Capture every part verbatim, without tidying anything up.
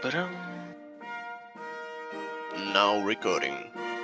Param. Now recording.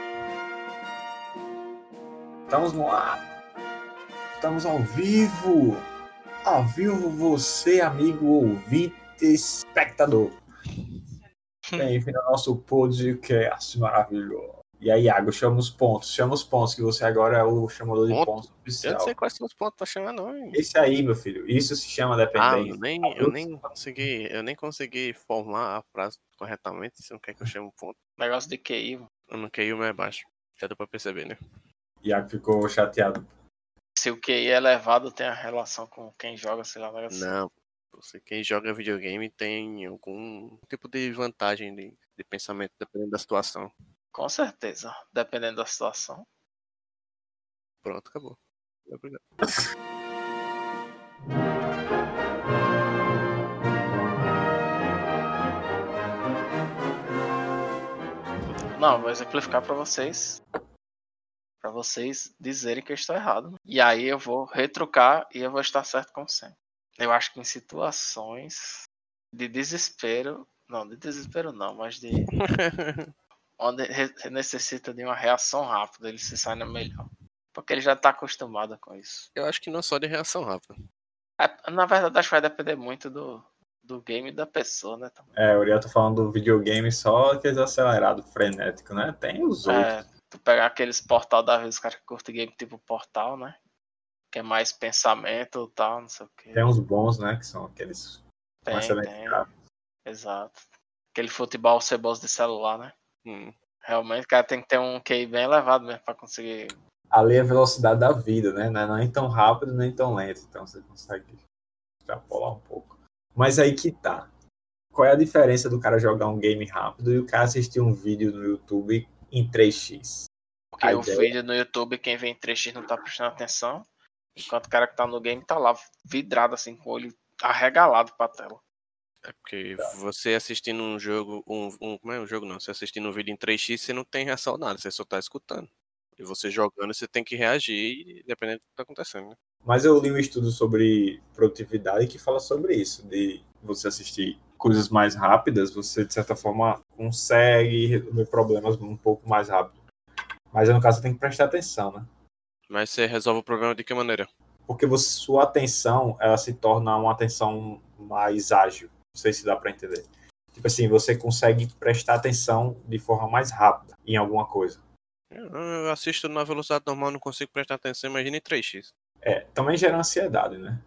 Estamos no ar. Estamos ao vivo. Ao vivo, você, amigo ouvinte, espectador. Bem-vindo ao nosso podcast maravilhoso. E aí, Iago, chama os pontos. Chama os pontos, que você agora é o chamador de Ponto? pontos Eu oficial. não sei quais são os pontos pra chamar, não. Hein? Esse aí, meu filho, isso se chama Ah, dependência. eu nem, eu nem consegui, eu nem consegui formar a frase corretamente. Você não quer que eu chame um ponto? Negócio de Q I. Eu não Q I o mais baixo. Já deu pra perceber, né? Iago ficou chateado. Se o Q I é elevado, tem a relação com quem joga, sei lá, negócio assim. Não. Você, quem joga videogame tem algum tipo de vantagem de, de pensamento, dependendo da situação. Com certeza, dependendo da situação. Pronto, acabou. Obrigado. Não, vou exemplificar pra vocês. Pra vocês dizerem que eu estou errado. E aí eu vou retrucar e eu vou estar certo como sempre. Eu acho que em situações de desespero. Não, de desespero não, mas de. onde re- necessita de uma reação rápida, ele se sai na melhor. Porque ele já tá acostumado com isso. Eu acho que não só de reação rápida. É, na verdade, acho que vai depender muito do, do game e da pessoa, né? também. É, o Uriel tá falando do videogame só aqueles acelerados, frenético, né? Tem os É, outros. tu pegar aqueles portal da vez, os caras que curtem game tipo portal, né? Que é mais pensamento e tal, não sei o que. Tem uns bons, né? Que são aqueles mais Tem, tem. seletivados. Exato. Aquele futebol ceboso de celular, né? Hum. Realmente, o cara tem que ter um Q I bem elevado mesmo pra conseguir. Ali é a velocidade da vida, né? Não é nem tão rápido, nem tão lento. Então você consegue extrapolar um pouco. Mas aí que tá. Qual é a diferença do cara jogar um game rápido e o cara assistir um vídeo no YouTube em três x? Porque A o ideia- vídeo no YouTube, quem vê em três x não tá prestando atenção. Enquanto o cara que tá no game tá lá vidrado, assim, com o olho arregalado pra tela. É porque você assistindo um jogo, um, um, como é um jogo não, você assistindo um vídeo em três x, você não tem reação a nada, você só tá escutando. E você jogando, você tem que reagir, dependendo do que tá acontecendo, né? Mas eu li um estudo sobre produtividade que fala sobre isso, de você assistir coisas mais rápidas, você de certa forma consegue resolver problemas um pouco mais rápido. Mas aí, no caso, você tem que prestar atenção, né? Mas você resolve o problema de que maneira? Porque você, sua atenção, ela se torna uma atenção mais ágil. Não sei se dá para entender. Tipo assim, você consegue prestar atenção de forma mais rápida em alguma coisa. Eu, eu assisto na velocidade normal, não consigo prestar atenção, imagina em três x. É, também gera ansiedade, né?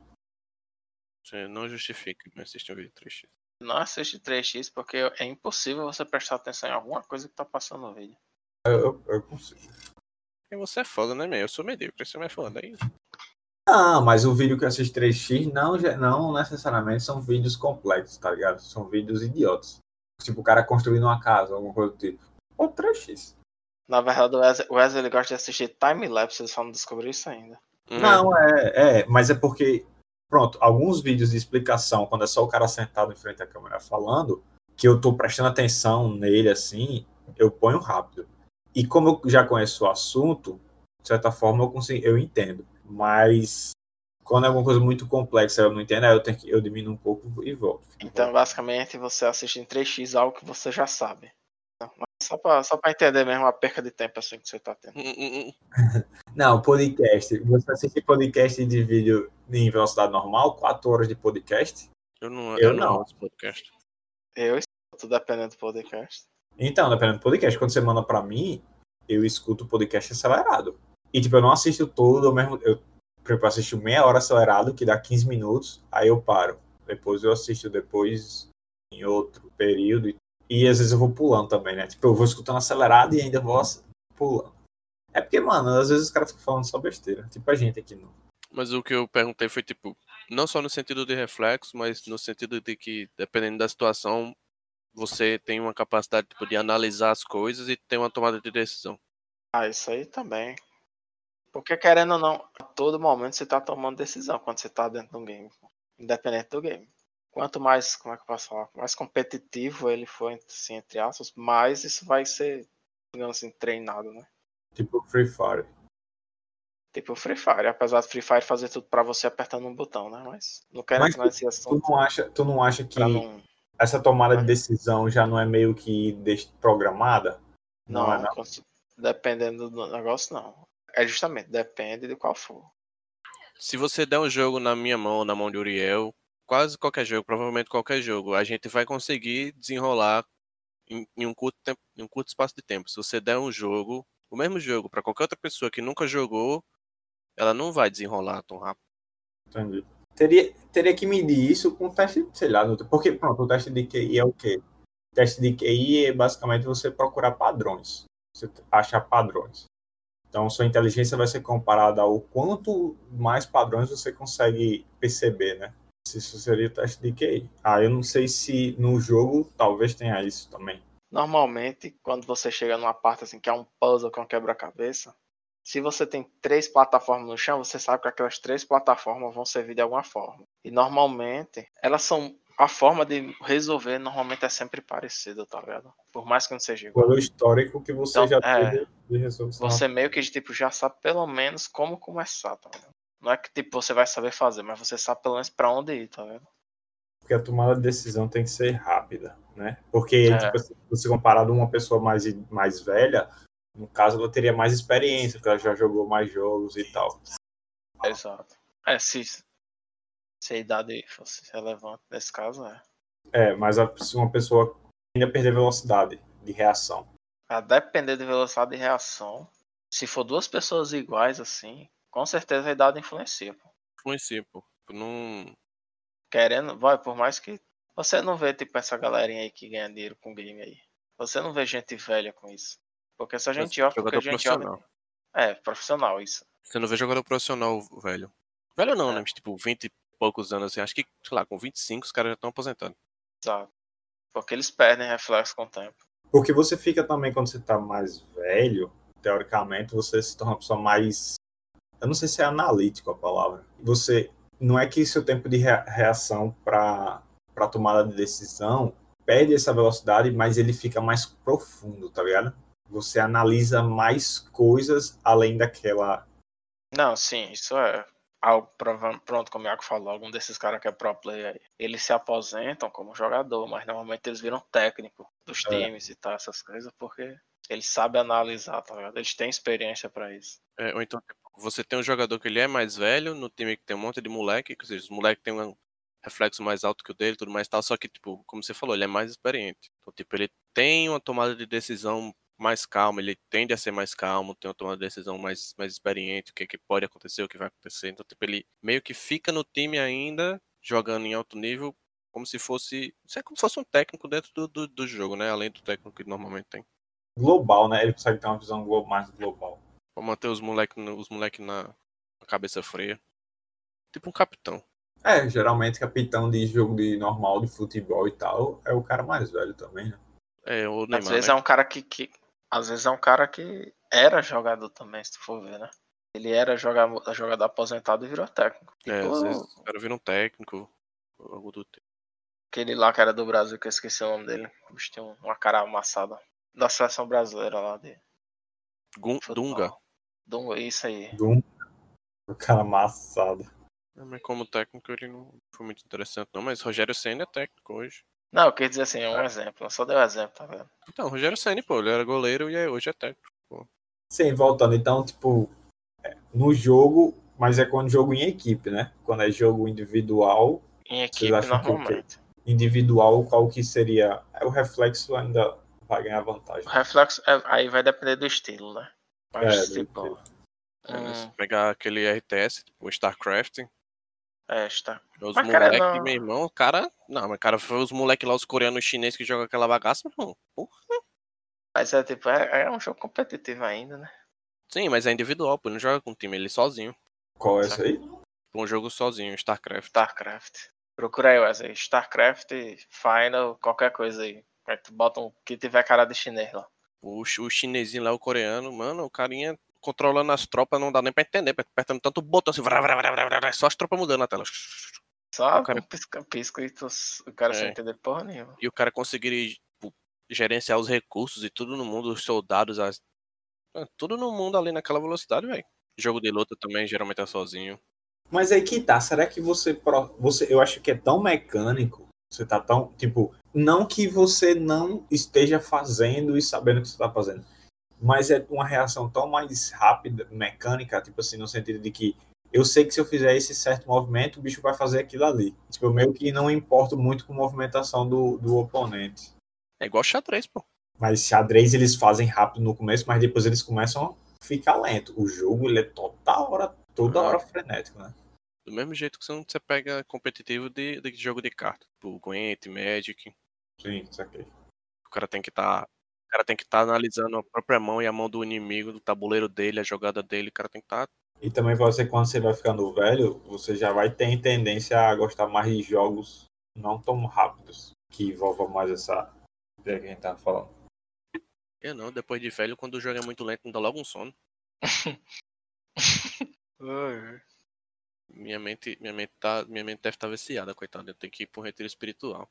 Você não justifica me assistir um vídeo em três x. Não assiste três x porque é impossível você prestar atenção em alguma coisa que tá passando no vídeo. Eu, eu, eu consigo. E você é foda, né, meu? Eu sou medíocre, você é mais foda aí. Ah, mas o vídeo que eu assisto três x não, não necessariamente são vídeos complexos, tá ligado? São vídeos idiotas. Tipo, o cara construindo uma casa, alguma coisa do tipo. Ou três x. Na verdade, o Wesley, o Wesley ele gosta de assistir time-lapse, eles só não descobriram isso ainda. Não, é, é, mas é porque, pronto, alguns vídeos de explicação, quando é só o cara sentado em frente à câmera falando, que eu tô prestando atenção nele assim, eu ponho rápido. E como eu já conheço o assunto, de certa forma eu consigo, eu entendo. Mas quando é alguma coisa muito complexa eu não entendo, aí eu tenho que eu diminuo um pouco e volto. Então, basicamente, você assiste em três x algo que você já sabe. Mas só pra, só pra entender mesmo a perca de tempo assim que você tá tendo. Não, podcast. Você assiste podcast de vídeo em velocidade normal, quatro horas de podcast? Eu não, Eu eu não não. ouço podcast. Eu escuto, dependendo do podcast. Então, dependendo do podcast, quando você manda pra mim, eu escuto o podcast acelerado. E, tipo, eu não assisto todo, eu mesmo. Eu, por exemplo, eu assisto meia hora acelerado, que dá quinze minutos, aí eu paro. Depois eu assisto depois em outro período. E, e às vezes eu vou pulando também, né? Tipo, eu vou escutando acelerado e ainda vou pulando. É porque, mano, às vezes os caras ficam falando só besteira. Tipo a gente aqui no. Mas o que eu perguntei foi, tipo, não só no sentido de reflexo, mas no sentido de que, dependendo da situação, você tem uma capacidade tipo, de analisar as coisas e ter uma tomada de decisão. Ah, isso aí também. Porque querendo ou não, a todo momento você tá tomando decisão quando você tá dentro do game. Independente do game. Quanto mais, como é que eu posso falar? Mais competitivo ele for, assim, entre aspas, mais isso vai ser, digamos assim, treinado, né? Tipo Free Fire. Tipo o Free Fire, apesar do Free Fire fazer tudo pra você apertando um botão, né? Mas não quero Mas entrar nesse tu assunto não acha, tu não acha que pra não. essa tomada de decisão já não é meio que programada? Não, não, é, não. Dependendo do negócio, não. É justamente, depende de qual for. Se você der um jogo na minha mão, na mão de Uriel, quase qualquer jogo, provavelmente qualquer jogo, a gente vai conseguir desenrolar em, em, um, curto tempo, em um curto espaço de tempo. Se você der um jogo, o mesmo jogo, para qualquer outra pessoa que nunca jogou, ela não vai desenrolar tão rápido. Entendi. Teria, teria que medir isso com o teste, sei lá, porque pronto, o teste de Q I é o quê? O teste de Q I é basicamente você procurar padrões, você achar padrões. Então, sua inteligência vai ser comparada ao quanto mais padrões você consegue perceber, né? Isso seria o teste de Q I. Ah, eu não sei se no jogo talvez tenha isso também. Normalmente, quando você chega numa parte assim que é um puzzle, que é um quebra-cabeça, se você tem três plataformas no chão, você sabe que aquelas três plataformas vão servir de alguma forma. E normalmente, elas são... A forma de resolver normalmente é sempre parecida, tá ligado? Por mais que não seja igual. Pelo histórico que você então, já é, teve de resolução. Você meio que tipo, já sabe pelo menos como começar, tá ligado? Não é que tipo, você vai saber fazer, mas você sabe pelo menos pra onde ir, tá ligado? Porque a tomada de decisão tem que ser rápida, né? Porque, É. tipo, se você comparado a uma pessoa mais, mais velha, no caso, ela teria mais experiência, porque ela já jogou mais jogos e tal. Exato. É, se, se a idade fosse relevante nesse caso, é. É, mas a, se uma pessoa ainda perder velocidade de reação. A depender de velocidade de reação, se for duas pessoas iguais assim, com certeza a idade influencia, pô. Influencia, pô. Não... Querendo, vai, por mais que você não vê, tipo, essa galerinha aí que ganha dinheiro com game aí. Você não vê gente velha com isso. Porque se a gente olha, porque a gente olha... É, profissional, isso. Você não vê jogador profissional velho. Velho não, é. né? Tipo, vinte e poucos anos, assim. Acho que, sei lá, com vinte e cinco os caras já estão aposentando. Exato. Porque eles perdem reflexo com o tempo. Porque você fica também, quando você tá mais velho, teoricamente, você se torna uma pessoa mais... Eu não sei se é analítico a palavra. Você... Não é que seu tempo de reação para para tomada de decisão perde essa velocidade, mas ele fica mais profundo, tá ligado? Você analisa mais coisas além daquela... Não, sim, isso é algo, pronto, como o Iago falou, algum desses caras que é pro player aí, eles se aposentam como jogador, mas normalmente eles viram técnico dos times é. e tal, essas coisas, porque eles sabem analisar, tá ligado? Eles têm experiência pra isso. É, ou então, você tem um jogador que ele é mais velho, no time que tem um monte de moleque, ou seja, os moleques têm um reflexo mais alto que o dele, tudo mais tal, só que, tipo, como você falou, ele é mais experiente. Então, tipo, ele tem uma tomada de decisão mais calma, ele tende a ser mais calmo, tem uma tomada de decisão mais, mais experiente, o que, que pode acontecer, o que vai acontecer. Então, tipo, ele meio que fica no time ainda, jogando em alto nível, como se fosse, isso é como se fosse um técnico dentro do, do, do jogo, né? Além do técnico que normalmente tem. Global, né? Ele consegue ter uma visão mais global. Pra manter os moleques os moleque na, na cabeça fria. Tipo um capitão. É, geralmente capitão de jogo de normal, de futebol e tal, é o cara mais velho também, né? É, o Neymar, às vezes né? é um cara que, que... Às vezes é um cara que era jogador também, se tu for ver, né? Ele era jogador, jogador aposentado e virou técnico. É, tipo, às vezes o cara vira um técnico, algo do tipo. Aquele lá que era do Brasil, que eu esqueci o nome dele. Tinha uma cara amassada. Da seleção brasileira lá de... Gun, Dunga. Dunga, isso aí. Dunga. O cara amassado. É, mas como técnico ele não foi muito interessante não, mas Rogério Ceni é técnico hoje. Não, eu queria dizer assim, é um é. exemplo. Eu só dei um exemplo, tá vendo? Então, Rogério Ceni, pô, ele era goleiro e hoje é técnico, pô. Sim, voltando, então, tipo, no jogo, mas é quando jogo em equipe, né? Quando é jogo individual. Em equipe, normalmente. Que, individual, qual que seria? O reflexo ainda vai ganhar vantagem. O reflexo, é, aí vai depender do estilo, né? Mas, é, tipo... É, hum... Se pegar aquele R T S, tipo, o StarCraft. É, está. Os moleques, não... meu irmão, o cara. Não, mas cara, foi os moleques lá, os coreanos e chineses que jogam aquela bagaça, não. Porra. Mas é tipo, é, é um jogo competitivo ainda, né? Sim, mas é individual, pô, ele não joga com time, ele sozinho. Qual é esse aí? Um jogo sozinho, StarCraft. StarCraft. Procura aí, Wesley. StarCraft, Final, qualquer coisa aí. Aí tu bota um que tiver cara de chinês lá. O, o chinesinho lá, o coreano, mano, o carinha controlando as tropas, não dá nem pra entender, apertando tanto botão assim, vrá, vrá, vrá, vrá, vrá, só as tropas mudando na tela. Só o cara pisca, pisca e tu, o cara é. sem entender porra nenhuma. E o cara conseguiria tipo, gerenciar os recursos e tudo no mundo, os soldados, as... tudo no mundo ali naquela velocidade, velho. Jogo de luta também, geralmente é sozinho. Mas aí que tá, será que você, você... Eu acho que é tão mecânico Você tá tão, tipo, não que você não esteja fazendo e sabendo o que você tá fazendo, mas é uma reação tão mais rápida, mecânica, tipo assim, no sentido de que eu sei que se eu fizer esse certo movimento, o bicho vai fazer aquilo ali. Tipo, eu meio que não importo muito com a movimentação do, do oponente. É igual xadrez, pô. Mas xadrez eles fazem rápido no começo, mas depois eles começam a ficar lento. O jogo, ele é toda hora, toda Ah. hora frenético, né? Do mesmo jeito que você pega competitivo de, de jogo de carta. Tipo, Gwent, Magic. Sim, isso aqui. O cara tem que estar. O cara tem que estar analisando a própria mão e a mão do inimigo, do tabuleiro dele, a jogada dele. O cara tem que estar. E também você, quando você vai ficando velho, você já vai ter tendência a gostar mais de jogos não tão rápidos, que envolvam mais essa ideia que a gente tava falando. Eu não, depois de velho, quando o jogo é muito lento, me dá logo um sono. Minha mente, minha mente, tá, minha mente deve estar viciada, coitada. Eu tenho que ir pro retiro espiritual.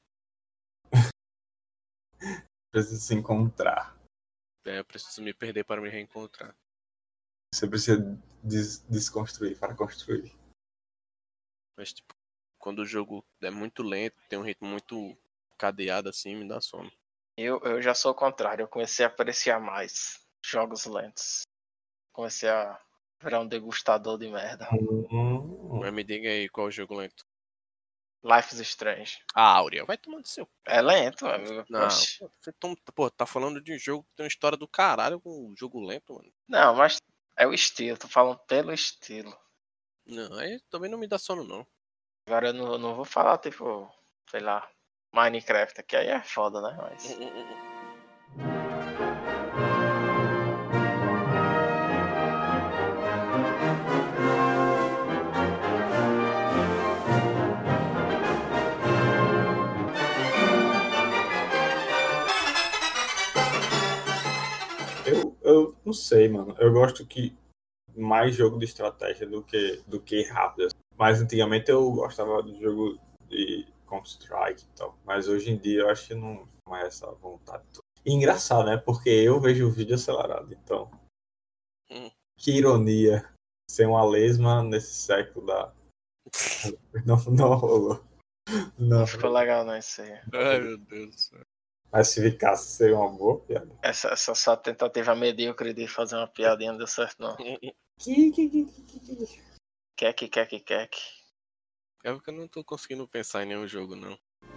Precisa se encontrar. É, eu preciso me perder para me reencontrar. Você precisa des desconstruir para construir. Mas, tipo, quando o jogo é muito lento, tem um ritmo muito cadeado assim, me dá sono. Eu, eu já sou o contrário, eu comecei a apreciar mais jogos lentos. Comecei a virar um degustador de merda. Hum. Mas me diga aí qual o jogo lento. Life is Strange. Ah, Auriel, vai tomando seu. É lento, amigo. Não, Oxi. pô, você tom- pô, tá falando de um jogo que tem uma história do caralho com um jogo lento, mano. Não, mas é o estilo, tô falando pelo estilo. Não, aí também não me dá sono, não. Agora eu não, não vou falar, tipo, sei lá, Minecraft, que aí é foda, né? Mas. Eu, eu não sei, mano. Eu gosto que mais jogo de estratégia do que, do que rápido. Mas antigamente eu gostava do jogo de Counter-Strike e tal. Mas hoje em dia eu acho que não é essa vontade. E engraçado, né? Porque eu vejo o vídeo acelerado. Então, Hum. que ironia ser uma lesma nesse século da. Não, não rolou. Não. Não ficou legal, não, isso aí. Ai, meu Deus do céu. Mas se ficasse, seria uma boa piada. Essa, essa sua tentativa medíocre de fazer uma piadinha não deu certo, não. Que, que, que, que, que. Quer que, quer que, quer que. É porque eu não tô conseguindo pensar em nenhum jogo, não.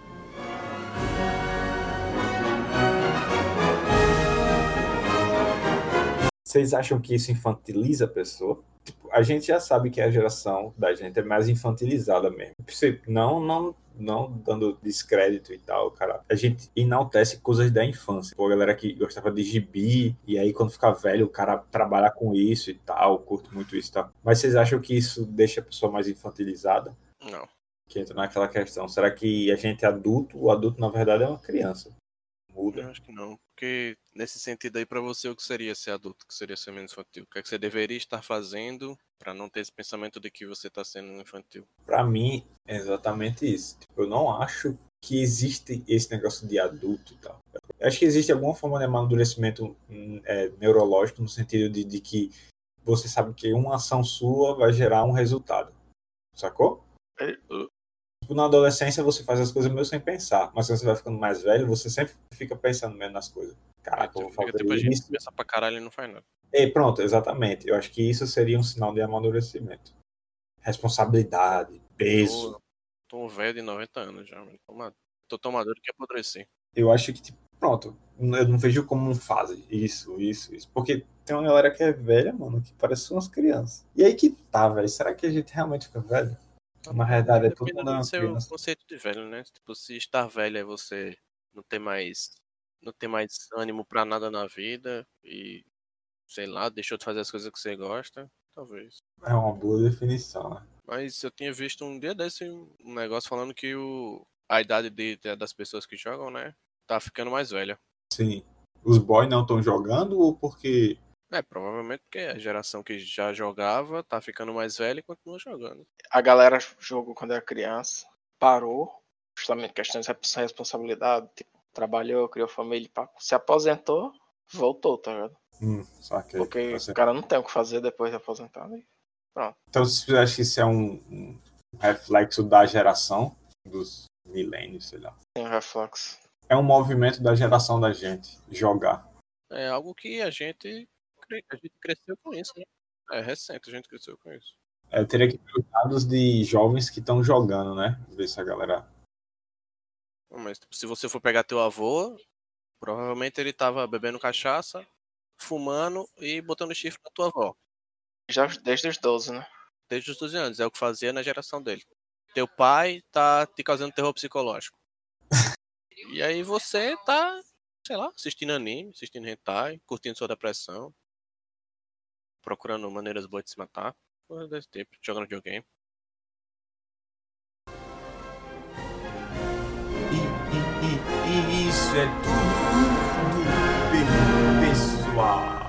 Vocês acham que isso infantiliza a pessoa? Tipo, a gente já sabe que a geração da gente é mais infantilizada mesmo. Não, não, não dando descrédito e tal, cara. A gente enaltece coisas da infância. Pô, a galera que gostava de gibi, e aí quando fica velho, o cara trabalha com isso e tal, curto muito isso e tal. Mas vocês acham que isso deixa a pessoa mais infantilizada? Não. Que entra naquela questão. Será que a gente é adulto? O adulto, na verdade, é uma criança. Muda. Eu acho que não. Porque nesse sentido aí, pra você, o que seria ser adulto? O que seria ser menos infantil? O que é que você deveria estar fazendo pra não ter esse pensamento de que você tá sendo infantil? Pra mim, é exatamente isso. Tipo, eu não acho que existe esse negócio de adulto e tal. Eu acho que existe alguma forma de amadurecimento é, neurológico, no sentido de, de que você sabe que uma ação sua vai gerar um resultado. Sacou? Tipo, na adolescência você faz as coisas meio sem pensar, mas quando você vai ficando mais velho, você sempre fica pensando mesmo nas coisas. Caraca, eu vou fazer tipo, a gente isso. pensa pra caralho e não faz nada. E pronto, exatamente. Eu acho que isso seria um sinal de amadurecimento. Responsabilidade, peso. Tô, tô velho de noventa anos já, mano. Toma, tô tomador que apodrecer. Eu acho que, tipo, pronto, eu não vejo como um fase. Isso, isso, isso. Porque tem uma galera que é velha, mano, que parece umas crianças. E aí que tá, velho. Será que a gente realmente fica velho? Na realidade, é todo Depende mundo uma do seu criança. conceito de velho, né? Tipo, se estar velho é você não ter mais, não ter mais ânimo pra nada na vida e, sei lá, deixou de fazer as coisas que você gosta, talvez. É uma boa definição, né? Mas eu tinha visto um dia desse um negócio falando que o, a idade de, de- das pessoas que jogam, né, tá ficando mais velha. Sim. Os boys não estão jogando ou porque. É, provavelmente porque a geração que já jogava tá ficando mais velha e continua jogando. A galera jogou quando era criança, parou, justamente questões de responsabilidade, tipo, trabalhou, criou família, pá, se aposentou, voltou, tá ligado? Hum, saquei. Porque Tá certo. o cara não tem o que fazer depois de aposentado. e Pronto. Então você acha que isso é um, um reflexo da geração dos milênios, sei lá. Tem reflexo. É um movimento da geração da gente, jogar. É algo que a gente, a gente cresceu com isso, né? É recente, a gente cresceu com isso. É, eu teria que ter os dados de jovens que estão jogando, né? Ver se a galera... Mas tipo, se você for pegar teu avô, provavelmente ele tava bebendo cachaça, fumando e botando chifre na tua avó. Já desde os doze, né? Desde os doze anos, é o que fazia na geração dele. Teu pai tá te causando terror psicológico. E aí você tá, sei lá, assistindo anime, assistindo hentai, curtindo sua depressão, procurando maneiras boas de se matar, coisa desse tipo, jogando videogame. E, e, e, e isso é tudo, pessoal.